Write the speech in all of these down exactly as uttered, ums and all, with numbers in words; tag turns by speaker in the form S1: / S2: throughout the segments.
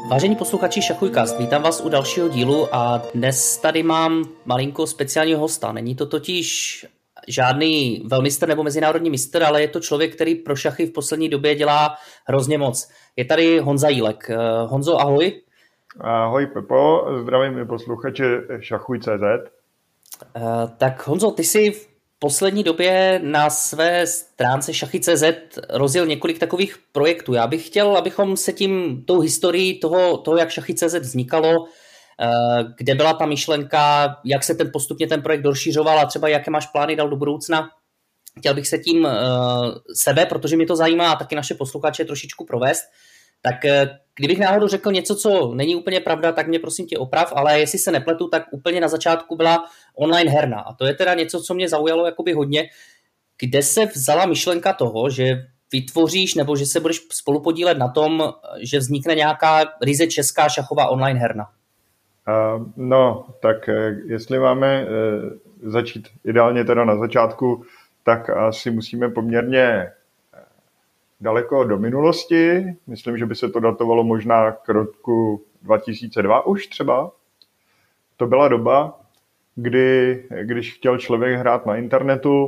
S1: Vážení posluchači Šachujkast, vítám vás u dalšího dílu a dnes tady mám malinko speciálního hosta. Není to totiž žádný velmistr nebo mezinárodní mistr, ale je to člověk, který pro šachy v poslední době dělá hrozně moc. Je tady Honza Jílek. Honzo, ahoj.
S2: Ahoj Pepo, zdravím i posluchače šachuj tečka cé zet.
S1: Tak Honzo, ty jsi v poslední době na své stránce šachy tečka cé zet rozjel několik takových projektů. Já bych chtěl, abychom se tím, tou historií toho, toho jak šachy tečka cé zet vznikalo, kde byla ta myšlenka, jak se ten postupně ten projekt rozšířoval a třeba jaké máš plány dál do budoucna. Chtěl bych se tím sebe, protože mě to zajímá a taky naše posluchače trošičku provést. Tak kdybych náhodou řekl něco, co není úplně pravda, tak mě prosím tě oprav, ale jestli se nepletu, tak úplně na začátku byla online herna. A to je teda něco, co mě zaujalo jakoby hodně. Kde se vzala myšlenka toho, že vytvoříš nebo že se budeš spolupodílet na tom, že vznikne nějaká ryze česká šachová online herna?
S2: Uh, no, tak jestli máme uh, začít ideálně teda na začátku, tak asi musíme poměrně daleko do minulosti. Myslím, že by se to datovalo možná k roku dva tisíce dva už třeba. To byla doba, kdy, když chtěl člověk hrát na internetu,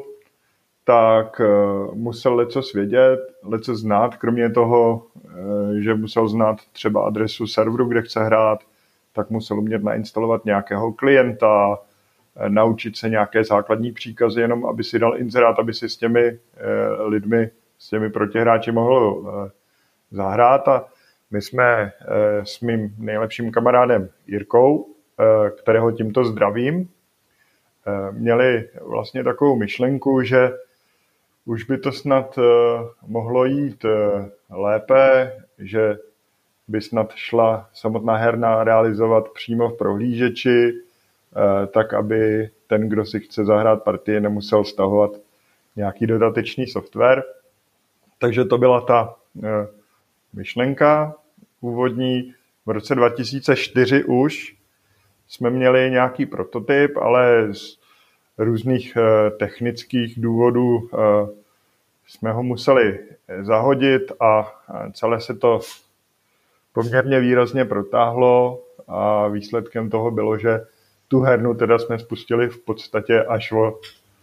S2: tak uh, musel lecos vědět, lecos znát, kromě toho, uh, že musel znát třeba adresu serveru, kde chce hrát, tak musel umět nainstalovat nějakého klienta, uh, naučit se nějaké základní příkazy, jenom aby si dal inzerát, aby si s těmi uh, lidmi, s těmi protihráči mohl uh, zahrát. A my jsme uh, s mým nejlepším kamarádem Jirkou, uh, kterého tímto zdravím, uh, měli vlastně takovou myšlenku, že už by to snad uh, mohlo jít uh, lépe, že by snad šla samotná herna realizovat přímo v prohlížeči, uh, tak aby ten, kdo si chce zahrát partii, nemusel stahovat nějaký dodatečný software. Takže to byla ta uh, myšlenka úvodní. V roce dva tisíce čtyři už jsme měli nějaký prototyp, ale z různých uh, technických důvodů uh, jsme ho museli zahodit a celé se to poměrně výrazně protáhlo a výsledkem toho bylo, že tu hernu teda jsme spustili v podstatě až o,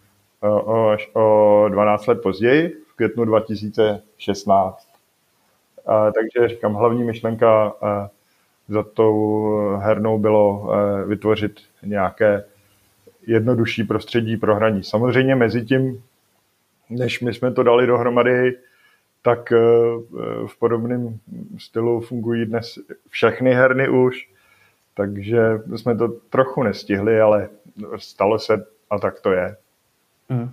S2: o, až o dvanáct let později, v květnu dva tisíce šestnáct. A, takže říkám, hlavní myšlenka a, za tou hernou bylo a, vytvořit nějaké jednodušší prostředí pro hraní. Samozřejmě mezi tím, než my jsme to dali dohromady, tak v podobném stylu fungují dnes všechny herny už, takže jsme to trochu nestihli, ale stalo se a tak to je.
S1: Hmm.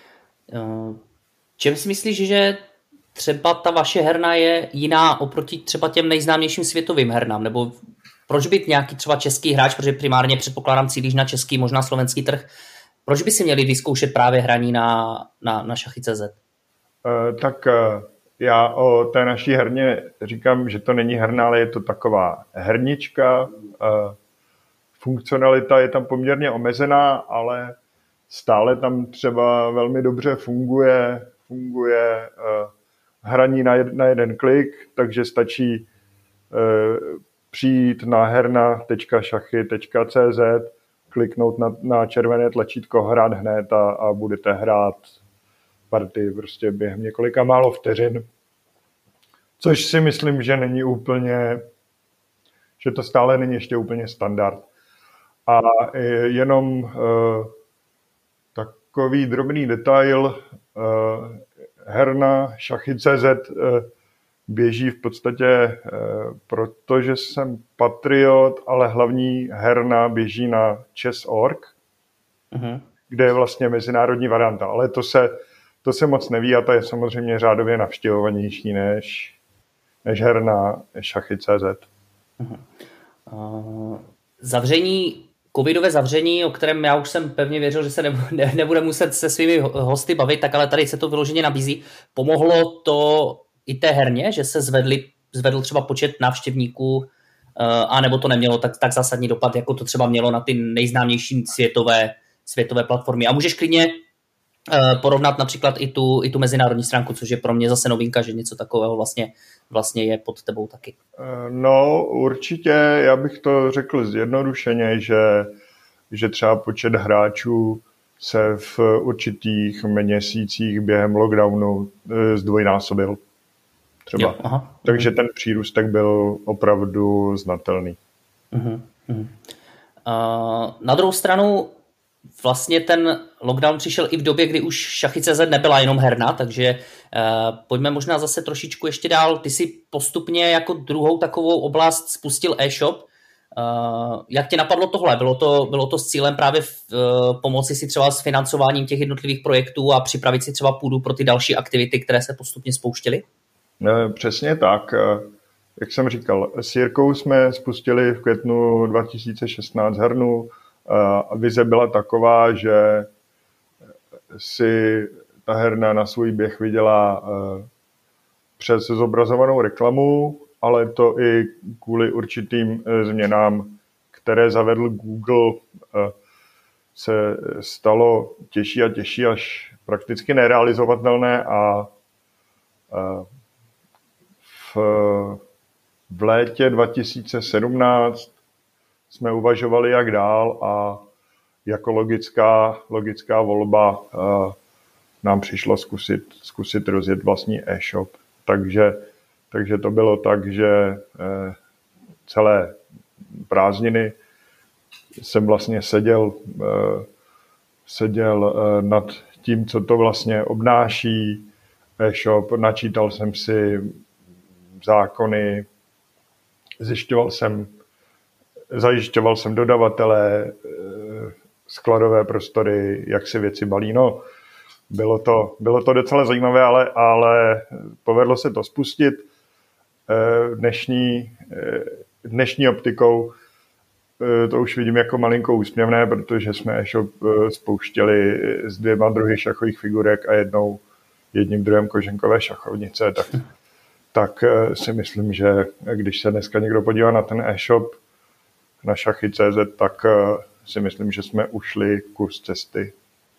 S1: Čem si myslíš, že třeba ta vaše herna je jiná oproti třeba těm nejznámějším světovým hernám? Nebo proč být nějaký třeba český hráč, protože primárně předpokládám cílíš na český, možná slovenský trh, proč by si měli vyzkoušet právě hraní na, na, na šachy tečka cé zet?
S2: Uh, tak uh, já o té naší herně říkám, že to není herna, ale je to taková hernička. Uh, funkcionalita je tam poměrně omezená, ale stále tam třeba velmi dobře funguje, funguje uh, hraní na, jed, na jeden klik, takže stačí uh, přijít na herna tečka šachy tečka cé zet, kliknout na, na červené tlačítko hrát hned a, a budete hrát partii prostě během několika málo vteřin. Což si myslím, že není úplně, že to stále není ještě úplně standard. A jenom uh, takový drobný detail, uh, herna šachy tečka cé zet uh, běží v podstatě, protože jsem patriot, ale hlavní herna běží na chess tečka org, uh-huh. kde je vlastně mezinárodní varianta, ale to se, to se moc neví a to je samozřejmě řádově navštěvovanější než, než herna šachy tečka cé zet.
S1: Uh-huh. Uh, zavření, covidové zavření, o kterém já už jsem pevně věřil, že se nebude, ne, nebude muset se svými hosty bavit, tak ale tady se to vyloženě nabízí. Pomohlo to i té herně, že se zvedli, zvedl třeba počet návštěvníků, a nebo to nemělo tak, tak zásadní dopad, jako to třeba mělo na ty nejznámější světové, světové platformy. A můžeš klidně porovnat například i tu, i tu mezinárodní stránku, což je pro mě zase novinka, že něco takového vlastně vlastně je pod tebou taky?
S2: No určitě, já bych to řekl zjednodušeně, že, že třeba počet hráčů se v určitých měsících během lockdownu zdvojnásobil. Třeba. Jo, aha. Takže ten přírůstek byl opravdu znatelný.
S1: Uh-huh, uh-huh. Uh, na druhou stranu vlastně ten lockdown přišel i v době, kdy už Šachy tečka cé zet nebyla jenom herna, takže uh, pojďme možná zase trošičku ještě dál. Ty si postupně jako druhou takovou oblast spustil e-shop. Uh, jak tě napadlo tohle? Bylo to, bylo to s cílem právě v, uh, pomoci si třeba s financováním těch jednotlivých projektů a připravit si třeba půdu pro ty další aktivity, které se postupně spouštěly?
S2: No, přesně tak. Jak jsem říkal, s Jirkou jsme spustili v květnu dva tisíce šestnáct hernu a vize byla taková, že si ta herna na svůj běh vydělá přes zobrazovanou reklamu, ale to i kvůli určitým změnám, které zavedl Google, se stalo těžší a těžší, až prakticky nerealizovatelné a v, v létě dva tisíce sedmnáct jsme uvažovali, jak dál, a jako logická, logická volba uh, nám přišlo zkusit, zkusit rozjet vlastní e-shop. Takže, takže to bylo tak, že uh, celé prázdniny jsem vlastně seděl, uh, seděl uh, nad tím, co to vlastně obnáší e-shop. Načítal jsem si zákony, zjišťoval jsem, zajišťoval jsem dodavatele, skladové prostory, jak se věci balí. No, bylo to, bylo to docela zajímavé, ale, ale povedlo se to spustit. Dnešní, dnešní optikou to už vidím jako malinko úsměvné, protože jsme e-shop spouštěli s dvěma druhy šachových figurek a jednou jedním druhem koženkové šachovnice, tak tak si myslím, že když se dneska někdo podívá na ten e-shop na šachy tečka cé zet, tak si myslím, že jsme ušli kus cesty.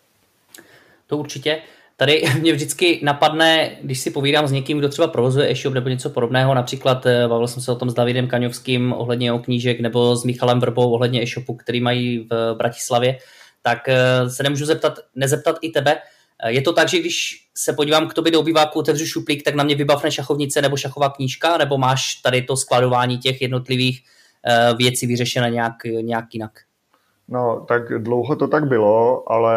S1: To určitě. Tady mě vždycky napadne, když si povídám s někým, kdo třeba provozuje e-shop nebo něco podobného, například bavil jsem se o tom s Davidem Kaňovským ohledně jeho knížek nebo s Michalem Vrbou ohledně e-shopu, který mají v Bratislavě, tak se nemůžu zeptat, nezeptat i tebe. Je to tak, že když se podívám k tobě do obýváku, otevřu šuplík, tak na mě vybavne šachovnice nebo šachová knížka, nebo máš tady to skladování těch jednotlivých věcí vyřešené nějak, nějak jinak?
S2: No, tak dlouho to tak bylo, ale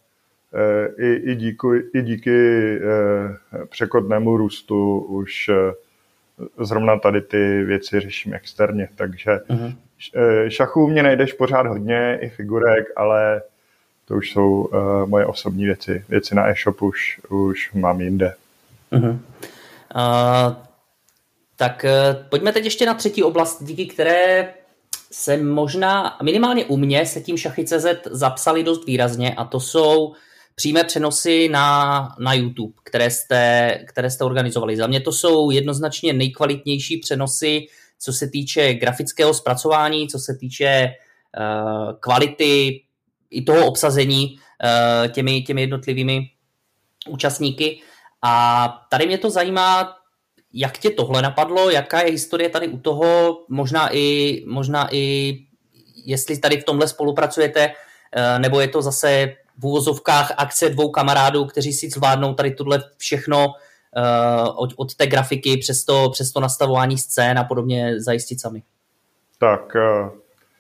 S2: i, i, díky, i díky překotnému růstu už zrovna tady ty věci řeším externě, takže uh-huh. šachů mě najdeš pořád hodně, i figurek, ale to už jsou uh, moje osobní věci. Věci na e-shop už, už mám jinde. Uh-huh.
S1: Uh, tak uh, pojďme teď ještě na třetí oblast, díky které se možná, minimálně u mě, se tím šachy tečka cé zet zapsali dost výrazně, a to jsou přímé přenosy na, na YouTube, které jste, které jste organizovali. Za mě to jsou jednoznačně nejkvalitnější přenosy, co se týče grafického zpracování, co se týče uh, kvality i toho obsazení uh, těmi, těmi jednotlivými účastníky. A tady mě to zajímá, jak tě tohle napadlo, jaká je historie tady u toho, možná i, možná i jestli tady v tomhle spolupracujete, uh, nebo je to zase v úvozovkách akce dvou kamarádů, kteří si zvládnou tady tohle všechno uh, od, od té grafiky přes to, přes to nastavování scén a podobně zajistit sami.
S2: Tak uh...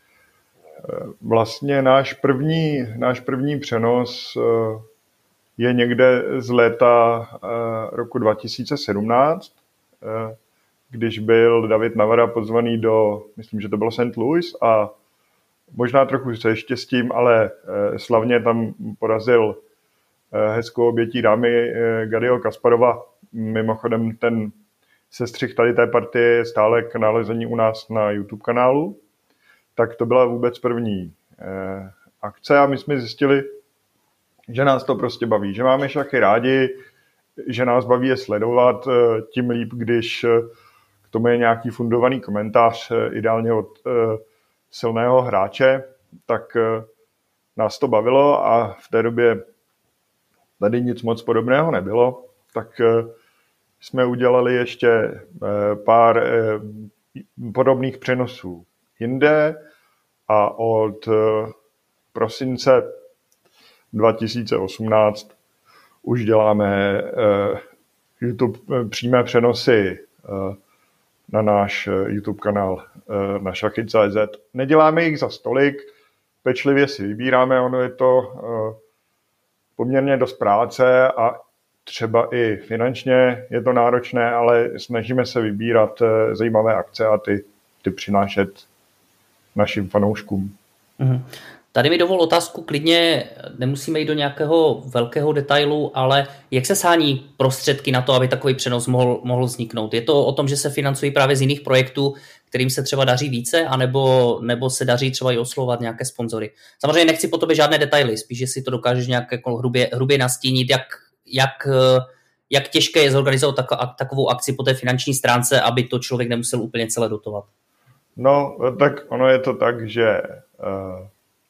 S2: Vlastně náš první, náš první přenos je někde z léta roku dva tisíce sedmnáct, když byl David Navara pozvaný do, myslím, že to bylo Saint Louis, a možná trochu se štěstím, ale slavně tam porazil hezkou obětí dámy Gadio Kasparova. Mimochodem ten sestřih tady té partie je stále k nalezení u nás na YouTube kanálu. Tak to byla vůbec první eh, akce a my jsme zjistili, že nás to prostě baví, že máme šachy rádi, že nás baví je sledovat, eh, tím líp, když eh, k tomu je nějaký fundovaný komentář, eh, ideálně od eh, silného hráče, tak eh, nás to bavilo, a v té době tady nic moc podobného nebylo, tak eh, jsme udělali ještě pár podobných přenosů jinde a od prosince dva tisíce osmnáct už děláme YouTube přímé přenosy na náš YouTube kanál na šachy tečka cé zet. Neděláme jich za stolik, pečlivě si vybíráme, ono je to poměrně dost práce a třeba i finančně je to náročné, ale snažíme se vybírat zajímavé akce a ty, ty přinášet našim fanouškům.
S1: Mm. Tady mi dovol otázku, klidně nemusíme jít do nějakého velkého detailu, ale jak se sání prostředky na to, aby takový přenos mohl, mohl vzniknout? Je to o tom, že se financují právě z jiných projektů, kterým se třeba daří více, anebo, nebo se daří třeba i oslovat nějaké sponzory? Samozřejmě nechci po tobě žádné detaily, spíš, že si to dokážeš nějak jako hrubě, hrubě nastínit, jak, jak, jak těžké je zorganizovat tak, takovou akci po té finanční stránce, aby to člověk nemusel úplně celé dotovat.
S2: No, tak ono je to tak, že uh...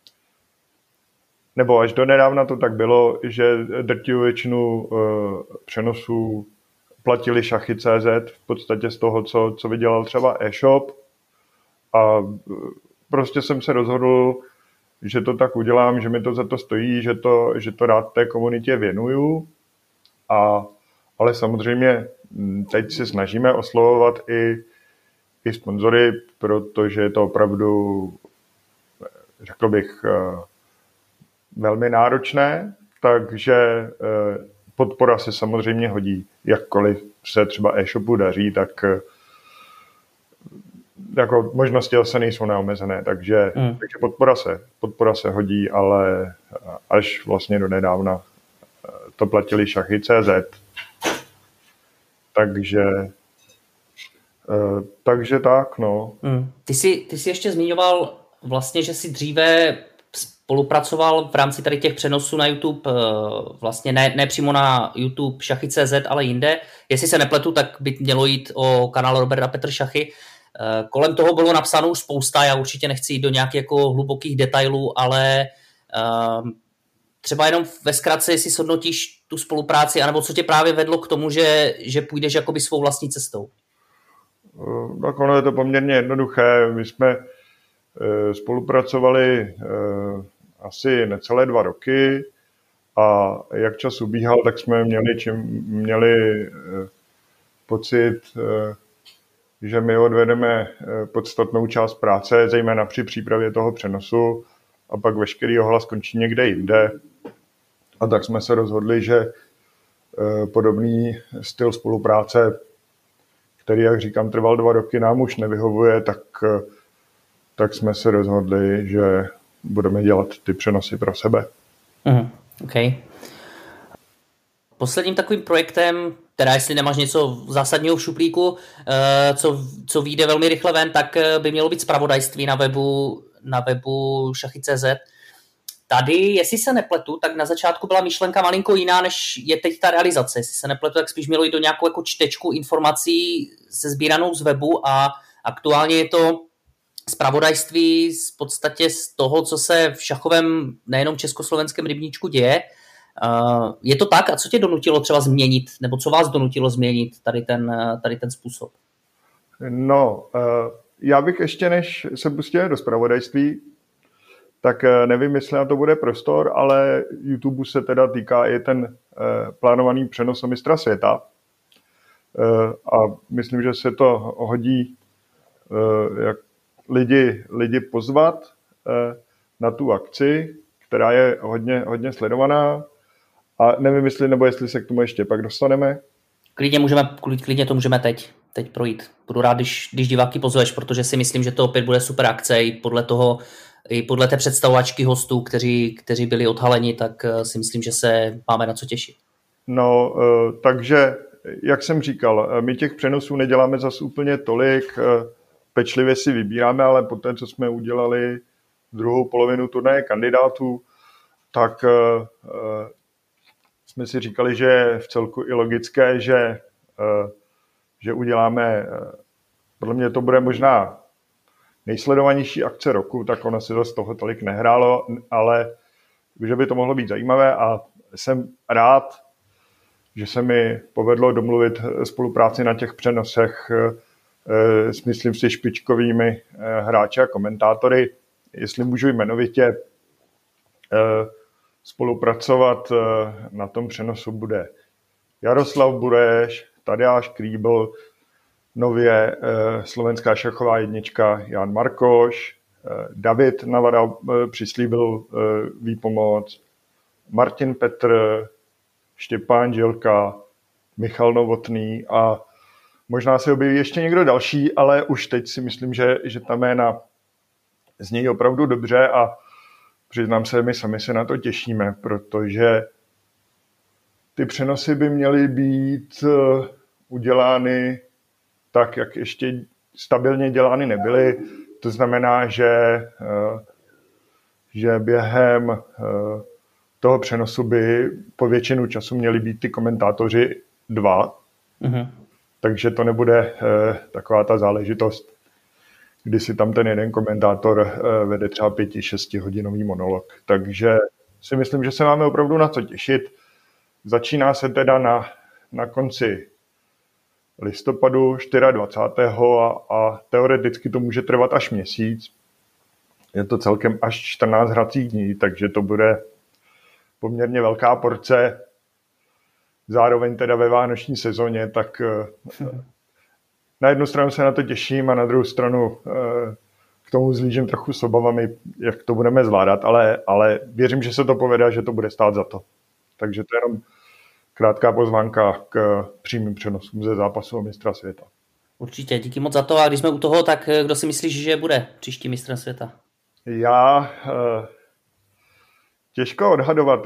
S2: nebo až do nedávna to tak bylo, že drtivou většinu uh, přenosů platili šachy tečka cé zet v podstatě z toho, co, co vydělal třeba e-shop. A uh, prostě jsem se rozhodl, že to tak udělám, že mi to za to stojí, že to, že to rád té komunitě věnuju. A, ale samozřejmě teď se snažíme oslovovat i, i sponzory, protože je to opravdu, řekl bych, uh, velmi náročné, takže podpora se samozřejmě hodí. Jakkoliv se třeba e-shopu daří, tak jako možnosti zase nejsou neomezené, takže, mm. takže podpora, se, podpora se hodí, ale až vlastně do nedávna to platili šachy tečka cé zet. Takže takže tak, no.
S1: Mm. Ty jsi, ty jsi ještě zmiňoval vlastně, že si dříve spolupracoval v rámci tady těch přenosů na YouTube, vlastně ne, ne přímo na YouTube šachy tečka cé zet, ale jinde. Jestli se nepletu, tak by mělo jít o kanál Robert a Petr Šachy. Kolem toho bylo napsáno už spousta, já určitě nechci jít do nějakých jako hlubokých detailů, ale třeba jenom ve zkratce, jestli shodnotíš tu spolupráci, anebo co tě právě vedlo k tomu, že, že půjdeš jakoby svou vlastní cestou?
S2: Tak ono je to poměrně jednoduché. My jsme spolupracovali asi necelé dva roky a jak čas ubíhal, tak jsme měli, čím, měli pocit, že my odvedeme podstatnou část práce, zejména při přípravě toho přenosu a pak veškerý ohlas skončí někde jinde. A tak jsme se rozhodli, že podobný styl spolupráce, který, jak říkám, trval dva roky, nám už nevyhovuje, tak, tak jsme se rozhodli, že budeme dělat ty přenosy pro sebe.
S1: Mm, okay. Posledním takovým projektem, teda jestli nemáš něco zásadního v šuplíku, co, co vyjde velmi rychle ven, tak by mělo být zpravodajství na webu, na webu šachy tečka cé zet. Tady, jestli se nepletu, tak na začátku byla myšlenka malinko jiná, než je teď ta realizace. Jestli se nepletu, tak spíš mělo jít do nějakou jako čtečku informací se sbíranou z webu a aktuálně je to zpravodajství z podstatě z toho, co se v šachovém, nejenom československém rybníčku děje. Uh, je to tak? A co tě donutilo třeba změnit, nebo co vás donutilo změnit tady ten, tady ten způsob?
S2: No, uh, já bych ještě, než se pustil do zpravodajství, tak nevím, jestli na to bude prostor, ale YouTube se teda týká i ten uh, plánovaný přenos o mistra světa. Uh, a myslím, že se to hodí uh, jak lidi, lidi pozvat uh, na tu akci, která je hodně, hodně sledovaná. A nevím, jestli, nebo jestli se k tomu ještě pak dostaneme.
S1: Klidně, můžeme, klidně to můžeme teď, teď projít. Budu rád, když, když diváky pozveš, protože si myslím, že to opět bude super akce i podle toho, i podle té představovačky hostů, kteří, kteří byli odhaleni, tak si myslím, že se máme na co těšit.
S2: No, takže, jak jsem říkal, my těch přenosů neděláme zas úplně tolik, pečlivě si vybíráme, ale po té, co jsme udělali druhou polovinu turnaje kandidátů, tak jsme si říkali, že je v celku i logické, že, že uděláme, podle mě to bude možná nejsledovanější akce roku, tak ono se z toho tolik nehrálo, ale že by to mohlo být zajímavé a jsem rád, že se mi povedlo domluvit spolupráci na těch přenosech s, myslím si, špičkovými hráči a komentátory. Jestli můžu jmenovitě spolupracovat na tom přenosu bude Jaroslav Bureš, Tadeáš Krýbl, nově slovenská šachová jednička Jan Markoš, David Navada přislíbil výpomoc, Martin Petr, Štěpán Žilka, Michal Novotný a možná se objeví ještě někdo další, ale už teď si myslím, že, že ta jména zní opravdu dobře a přiznám se, my sami se na to těšíme, protože ty přenosy by měly být udělány tak, jak ještě stabilně dělány nebyly. To znamená, že, že během toho přenosu by po většinu času měli být ty komentátoři dva. Mm-hmm. Takže to nebude taková ta záležitost, kdy si tam ten jeden komentátor vede třeba pěti, šestihodinový monolog. Takže si myslím, že se máme opravdu na co těšit. Začíná se teda na, na konci listopadu dvacátého čtvrtého a, a teoreticky to může trvat až měsíc. Je to celkem až čtrnáct hracích dní, takže to bude poměrně velká porce. Zároveň teda ve vánoční sezóně, tak na jednu stranu se na to těším a na druhou stranu k tomu zlížím trochu s obavami, jak to budeme zvládat, ale, ale věřím, že se to povede a že to bude stát za to. Takže to je jenom krátká pozvánka k přímým přenosům ze zápasu o mistra světa.
S1: Určitě, díky moc za to. A když jsme u toho, tak kdo si myslíš, že bude příští mistrem světa?
S2: Já těžko odhadovat.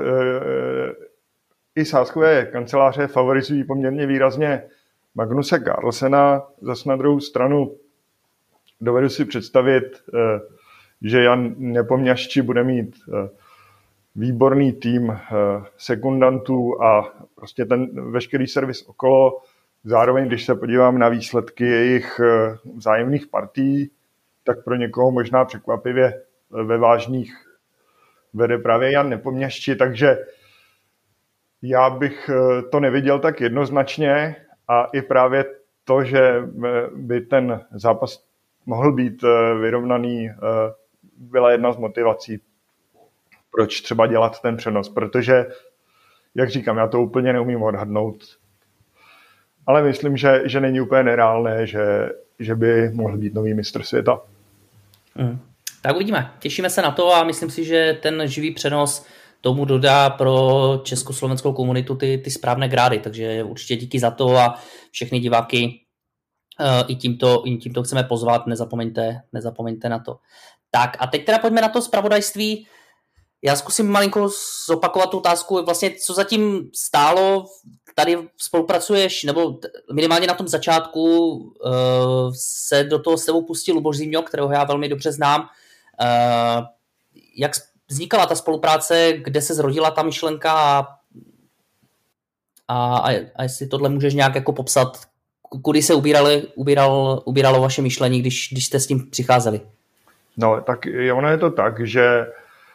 S2: I sázkové kanceláře favorizují poměrně výrazně Magnuse Carlsena. Zas na druhou stranu dovedu si představit, že Jan Nepomněšči bude mít výborný tým sekundantů a prostě ten veškerý servis okolo. Zároveň, když se podívám na výsledky jejich vzájemných partií, tak pro někoho možná překvapivě ve vážných vede právě Jan Nepomněšči, takže já bych to neviděl tak jednoznačně a i právě to, že by ten zápas mohl být vyrovnaný, byla jedna z motivací, proč třeba dělat ten přenos, protože, jak říkám, já to úplně neumím odhadnout, ale myslím, že, že není úplně nereálné, že, že by mohl být nový mistr světa.
S1: Mm. Tak uvidíme. Těšíme se na to a myslím si, že ten živý přenos tomu dodá pro československou komunitu ty, ty správné grády, takže určitě díky za to a všechny diváky uh, i, tímto, i tímto chceme pozvat, nezapomeňte, nezapomeňte na to. Tak a teď teda pojďme na to zpravodajství. Já zkusím malinko zopakovat tu otázku, vlastně co zatím stálo, tady spolupracuješ, nebo minimálně na tom začátku uh, se do toho s tebou pustil Luboš Zimňok, kterého já velmi dobře znám. Uh, jak vznikala ta spolupráce, kde se zrodila ta myšlenka a, a, a jestli tohle můžeš nějak jako popsat, kudy se ubírali, ubíral, ubíralo vaše myšlení, když, když jste s tím přicházeli?
S2: No, tak ono je to tak, že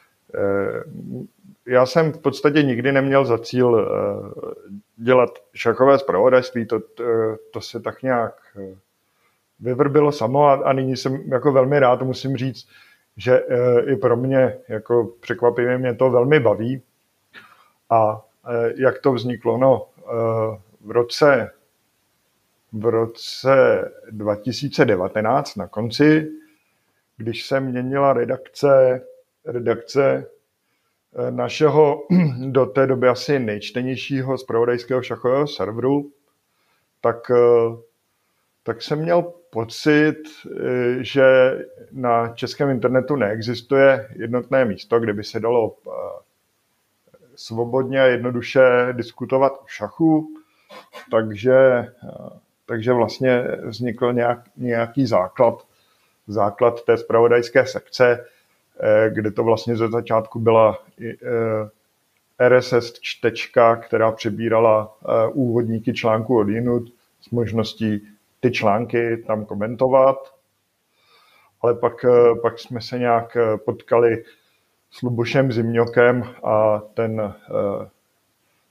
S2: já jsem v podstatě nikdy neměl za cíl dělat šachové zpravodajství, to, to, to se tak nějak vyvrbilo samo a, a nyní jsem jako velmi rád, musím říct, že i pro mě jako překvapivě mě to velmi baví. A jak to vzniklo? No, v roce, v roce dva tisíce devatenáct na konci, když se měnila redakce redakce našeho do té doby asi nejčtenějšího zpravodajského šachového serveru, tak, tak jsem měl pocit, že na českém internetu neexistuje jednotné místo, kde by se dalo svobodně a jednoduše diskutovat o šachu, takže, takže vlastně vznikl nějak, nějaký základ, základ té zpravodajské sekce, kde to vlastně ze začátku byla R S S čtečka, která přebírala úvodníky článku od jinut s možností ty články tam komentovat. Ale pak, pak jsme se nějak potkali s Lubošem Zimňokem a ten,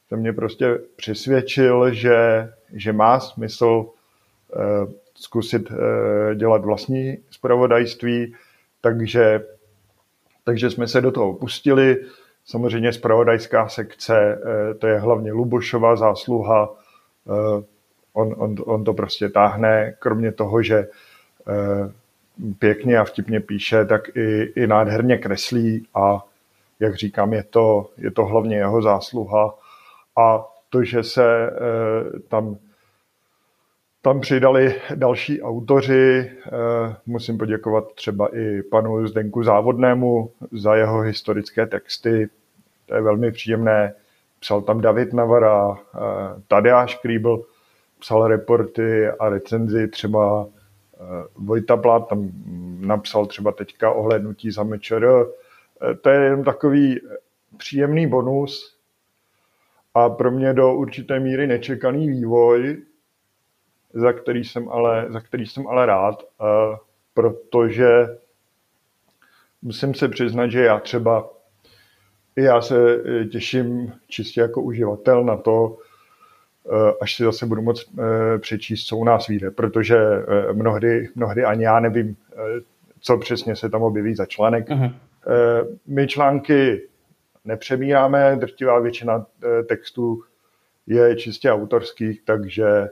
S2: to mě prostě přesvědčil, že, že má smysl uh, zkusit uh, dělat vlastní zpravodajství, takže, takže jsme se do toho pustili. Samozřejmě zpravodajská sekce, uh, to je hlavně Lubošova zásluha, uh, on, on, on to prostě táhne, kromě toho, že uh, pěkně a vtipně píše, tak i, i nádherně kreslí a jak říkám, je to, je to hlavně jeho zásluha. A to, že se eh, tam, tam přidali další autoři, eh, musím poděkovat třeba i panu Zdenku Závodnému za jeho historické texty, to je velmi příjemné. Psal tam David Navara, eh, Tadeáš Krýbl, psal reporty a recenzi, třeba Vojta Plát tam napsal třeba teďka Ohlédnutí za M Č R. To je jen takový příjemný bonus a pro mě do určité míry nečekaný vývoj, za který jsem ale, za který jsem ale rád, protože musím se přiznat, že já třeba i já se těším čistě jako uživatel na to, až si zase budu moct přečíst, co u nás vyjde, protože mnohdy, mnohdy ani já nevím, co přesně se tam objeví za článek. Uh-huh. My články nepřebíráme, drtivá většina textů je čistě autorských, takže,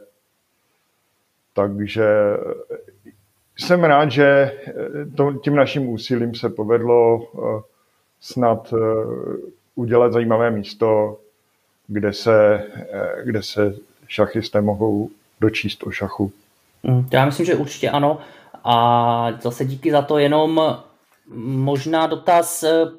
S2: takže jsem rád, že to, tím naším úsilím se povedlo snad udělat zajímavé místo, kde se, kde se šachisté mohou dočíst o šachu.
S1: Já myslím, že určitě ano. A zase díky za to, jenom možná dotaz,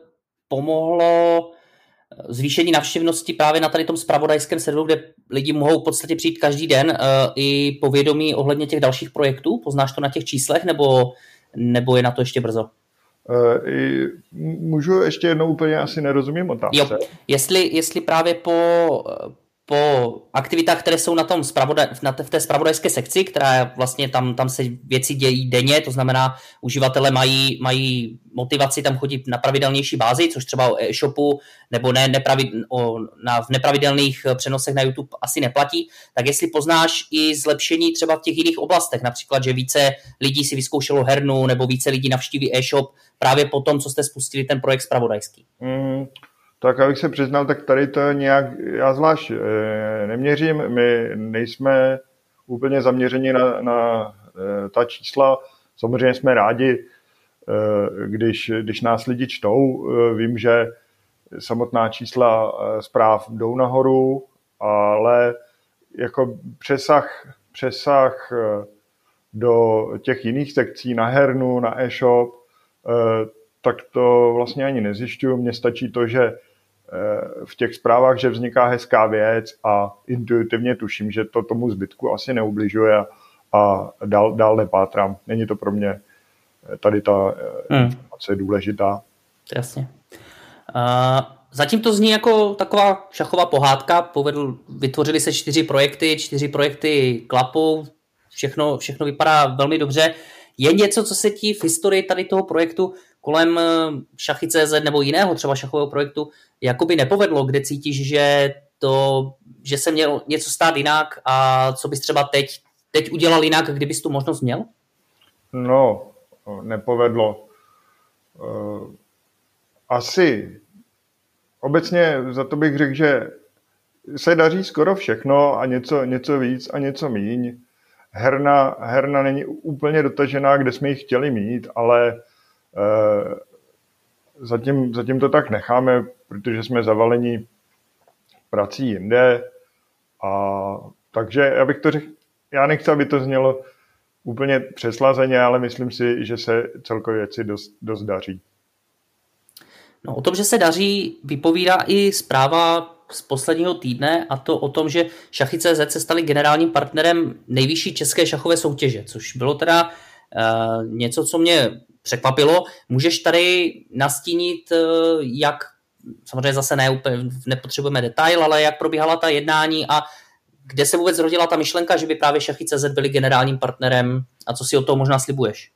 S1: pomohlo zvýšení navštěvnosti právě na tady tom zpravodajském serveru, kde lidi mohou v podstatě přijít každý den, i povědomí ohledně těch dalších projektů? Poznáš to na těch číslech, nebo, nebo je na to ještě brzo?
S2: Uh, můžu ještě jednou, úplně asi nerozumím otázce.
S1: Jo, jestli, jestli právě po, po aktivitách, které jsou na tom spravodaj, na v té zpravodajské sekci, která vlastně tam, tam se věci dějí denně, to znamená, uživatelé mají, mají motivaci tam chodit na pravidelnější bázi, což třeba o e-shopu nebo ne, nepravid, o, na, v nepravidelných přenosech na YouTube asi neplatí, tak jestli poznáš i zlepšení třeba v těch jiných oblastech, například, že více lidí si vyzkoušelo hernu nebo více lidí navštíví e-shop právě po tom, co jste spustili ten projekt zpravodajský.
S2: Mm. Tak abych se přiznal, tak tady to nějak, já zvlášť e, neměřím, my nejsme úplně zaměřeni na, na e, ta čísla, samozřejmě jsme rádi, e, když, když nás lidi čtou, e, vím, že samotná čísla e, zpráv jdou nahoru, ale jako přesah, přesah e, do těch jiných sekcí, na hernu, na e-shop, e, tak to vlastně ani nezjišťuju. Mně stačí to, že v těch zprávách, že vzniká hezká věc a intuitivně tuším, že to tomu zbytku asi neubližuje a dál, dál nepátrám. Není to pro mě tady ta hmm. informace důležitá.
S1: Jasně. Uh, zatím to zní jako taková šachová pohádka. Povedl, vytvořili se čtyři projekty, čtyři projekty klapou, všechno, všechno vypadá velmi dobře. Je něco, co se ti v historii tady toho projektu kolem šachy tečka cé zet nebo jiného třeba šachového projektu jakoby nepovedlo, kde cítíš, že, to, že se měl něco stát jinak a co bys třeba teď, teď udělal jinak, kdybys tu možnost měl?
S2: No, nepovedlo. Asi obecně za to bych řekl, že se daří skoro všechno a něco, něco víc a něco míň. Herna, herna není úplně dotažená, kde jsme ji chtěli mít, ale e, zatím, zatím to tak necháme, protože jsme zavaleni prací jinde. A, takže já bych to řekl, já nechci, aby to znělo úplně přeslazeně, ale myslím si, že se celkově věci dost, dost daří.
S1: No, o tom, že se daří, vypovídá i zpráva z posledního týdne, a to o tom, že šachy tečka cé zet se staly generálním partnerem nejvyšší české šachové soutěže, což bylo teda uh, něco, co mě překvapilo. Můžeš tady nastínit, uh, jak, samozřejmě zase ne, úplně nepotřebujeme detail, ale jak probíhala ta jednání a kde se vůbec rodila ta myšlenka, že by právě šachy tečka cé zet byli generálním partnerem a co si od toho možná slibuješ?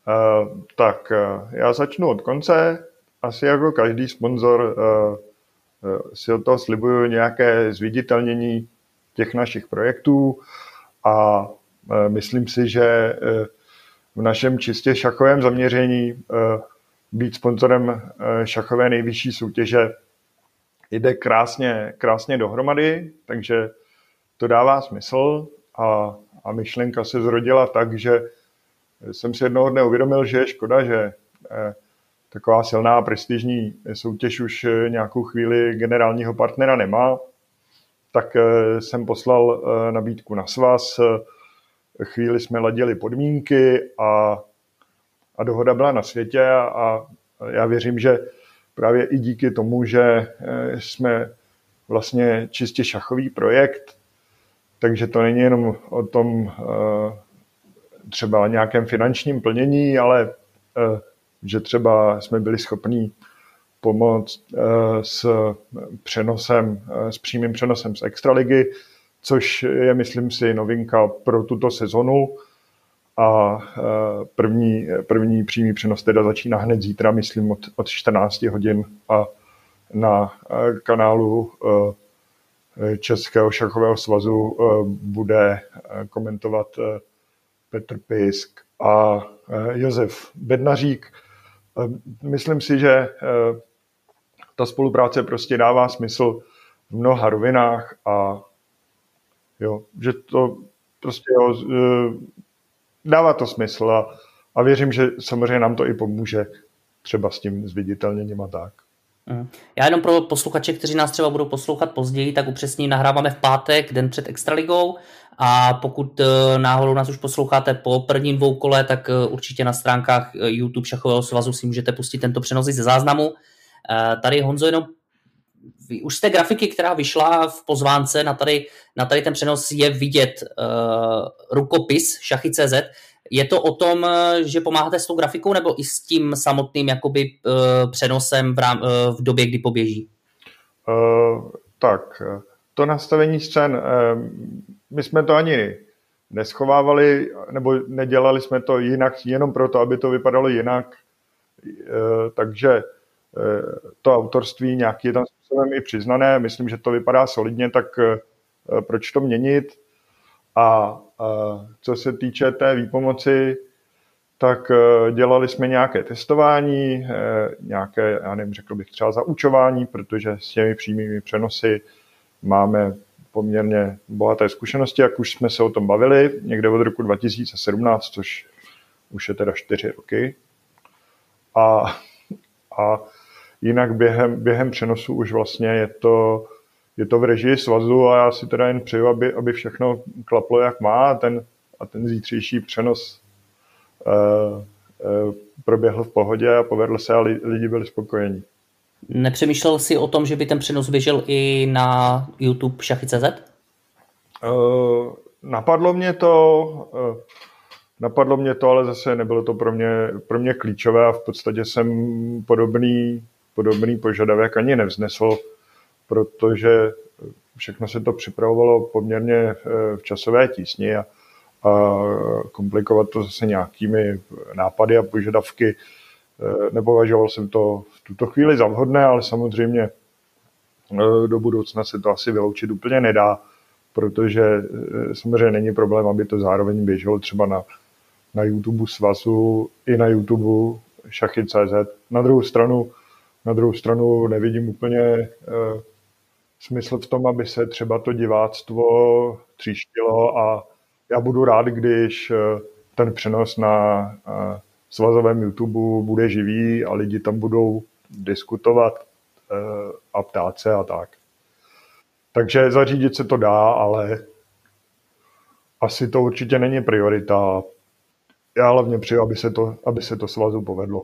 S2: Uh, tak uh, já začnu od konce. Asi jako každý sponzor uh, si od toho slibuju nějaké zviditelnění těch našich projektů a myslím si, že v našem čistě šachovém zaměření být sponzorem šachové nejvyšší soutěže jde krásně, krásně dohromady, takže to dává smysl a, a myšlenka se zrodila tak, že jsem si jednoho dne uvědomil, že je škoda, že taková silná a prestižní soutěž už nějakou chvíli generálního partnera nemá, tak jsem poslal nabídku na svaz, chvíli jsme ladili podmínky a, a dohoda byla na světě a, a já věřím, že právě i díky tomu, že jsme vlastně čistě šachový projekt, takže to není jenom o tom třeba nějakém finančním plnění, ale že třeba jsme byli schopní pomoct s přenosem, s přímým přenosem z extraligy, což je, myslím si, novinka pro tuto sezonu. A první, první přímý přenos teda začíná hned zítra, myslím, od, od čtrnáct hodin a na kanálu Českého šachového svazu bude komentovat Petr Pisk a Josef Bednařík. Myslím si, že ta spolupráce prostě dává smysl v mnoha rovinách a jo, že to prostě jo, dává to smysl a, a věřím, že samozřejmě nám to i pomůže třeba s tím zviditelněním a tak.
S1: Já jenom pro posluchače, kteří nás třeba budou poslouchat později, tak upřesním, nahráváme v pátek, den před Extraligou, a pokud náhodou nás už posloucháte po prvním dvou kole, tak určitě na stránkách YouTube Šachového svazu si můžete pustit tento přenos ze záznamu. Tady, Honzo, jenom už z té grafiky, která vyšla v pozvánce na tady, na tady ten přenos, je vidět uh, rukopis šachy tečka cé zet. Je to o tom, že pomáháte s tou grafikou, nebo i s tím samotným jakoby uh, přenosem v, rám, uh, v době, kdy poběží?
S2: Uh, tak, to nastavení scén, uh, my jsme to ani neschovávali, nebo nedělali jsme to jinak, jenom proto, aby to vypadalo jinak. Uh, takže uh, to autorství nějaký je tam způsobem i přiznané, myslím, že to vypadá solidně, tak uh, proč to měnit? A uh, co se týče té výpomoci, tak uh, dělali jsme nějaké testování, uh, nějaké, já nevím, řekl bych třeba zaučování, protože s těmi přímými přenosy máme poměrně bohaté zkušenosti, jak už jsme se o tom bavili, někde od roku dva tisíce sedmnáct, což už je teda čtyři roky. A, a jinak během, během přenosu už vlastně je to, je to v režii svazu a já si teda jen přeju, aby, aby všechno klaplo, jak má, a ten, a ten zítřejší přenos uh, uh, proběhl v pohodě a povedl se a li, lidi byli spokojení.
S1: Nepřemýšlel jsi o tom, že by ten přenos běžel i na YouTube šachy tečka cé zet?
S2: Uh, napadlo mě to, uh, napadlo mě to, ale zase nebylo to pro mě, pro mě klíčové a v podstatě jsem podobný, podobný požadavek ani nevznesl, protože všechno se to připravovalo poměrně v časové tísni a, a komplikovat to zase nějakými nápady a požadavky. Nepovažoval jsem to v tuto chvíli za vhodné, ale samozřejmě do budoucna se to asi vyloučit úplně nedá, protože samozřejmě není problém, aby to zároveň běželo třeba na, na YouTube svazu i na YouTube šachy tečka cé zet. Na druhou stranu, na druhou stranu nevidím úplně smysl v tom, aby se třeba to diváctvo tříštilo a já budu rád, když ten přenos na svazovém YouTube bude živý a lidi tam budou diskutovat a ptát se a tak. Takže zařídit se to dá, ale asi to určitě není priorita. Já hlavně přeju, aby se to, aby se to svazu povedlo.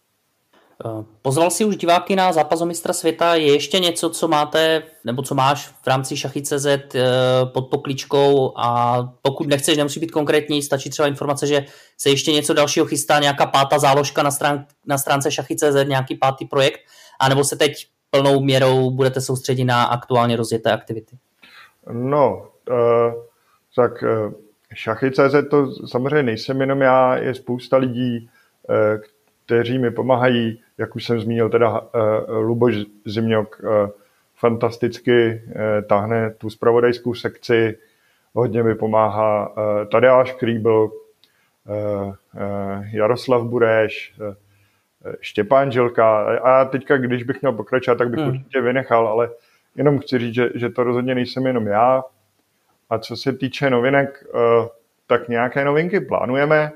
S1: Pozval si už diváky na zápas o mistra světa. Je ještě něco, co máte, nebo co máš v rámci šachy tečka cé zet pod pokličkou, a pokud nechceš, nemusí být konkrétní, stačí třeba informace, že se ještě něco dalšího chystá, nějaká pátá záložka na, strán, na stránce šachy tečka cé zet, nějaký pátý projekt, anebo se teď plnou měrou budete soustředit na aktuálně rozjeté aktivity?
S2: No, uh, tak uh, šachy tečka cé zet to samozřejmě nejsem jenom já, je spousta lidí, uh, kteří mi pomáhají, jak už jsem zmínil, teda uh, Luboš Zimňok, uh, fantasticky táhne tu zpravodajskou sekci, hodně mi pomáhá Tadeáš Krýbl, Jaroslav Bureš, Štěpán Žilka. A teďka, když bych měl pokračovat, tak bych hmm. určitě vynechal, ale jenom chci říct, že, že to rozhodně nejsem jenom já. A co se týče novinek, tak nějaké novinky plánujeme,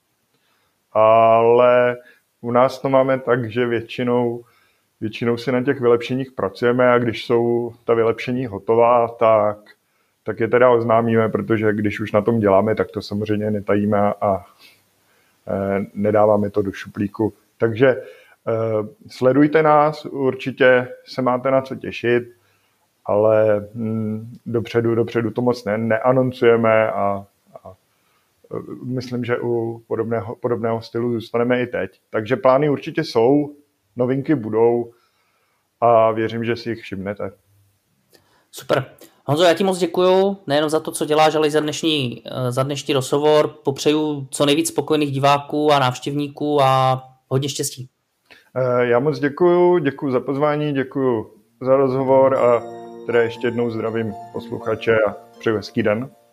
S2: ale u nás to máme tak, že většinou, většinou si na těch vylepšeních pracujeme a když jsou ta vylepšení hotová, tak, tak je teda oznámíme, protože když už na tom děláme, tak to samozřejmě netajíme a e, nedáváme to do šuplíku. Takže e, sledujte nás, určitě se máte na co těšit, ale hm, dopředu, dopředu to moc ne, neanoncujeme a, a myslím, že u podobného, podobného stylu zůstaneme i teď. Takže plány určitě jsou, novinky budou a věřím, že si jich všimnete.
S1: Super. Honzo, já ti moc děkuju, nejenom za to, co děláš, ale i za dnešní, za dnešní rozhovor. Popřeju co nejvíc spokojených diváků a návštěvníků a hodně štěstí.
S2: Já moc děkuju, děkuju za pozvání, děkuju za rozhovor a teda ještě jednou zdravím posluchače a přeju hezký den.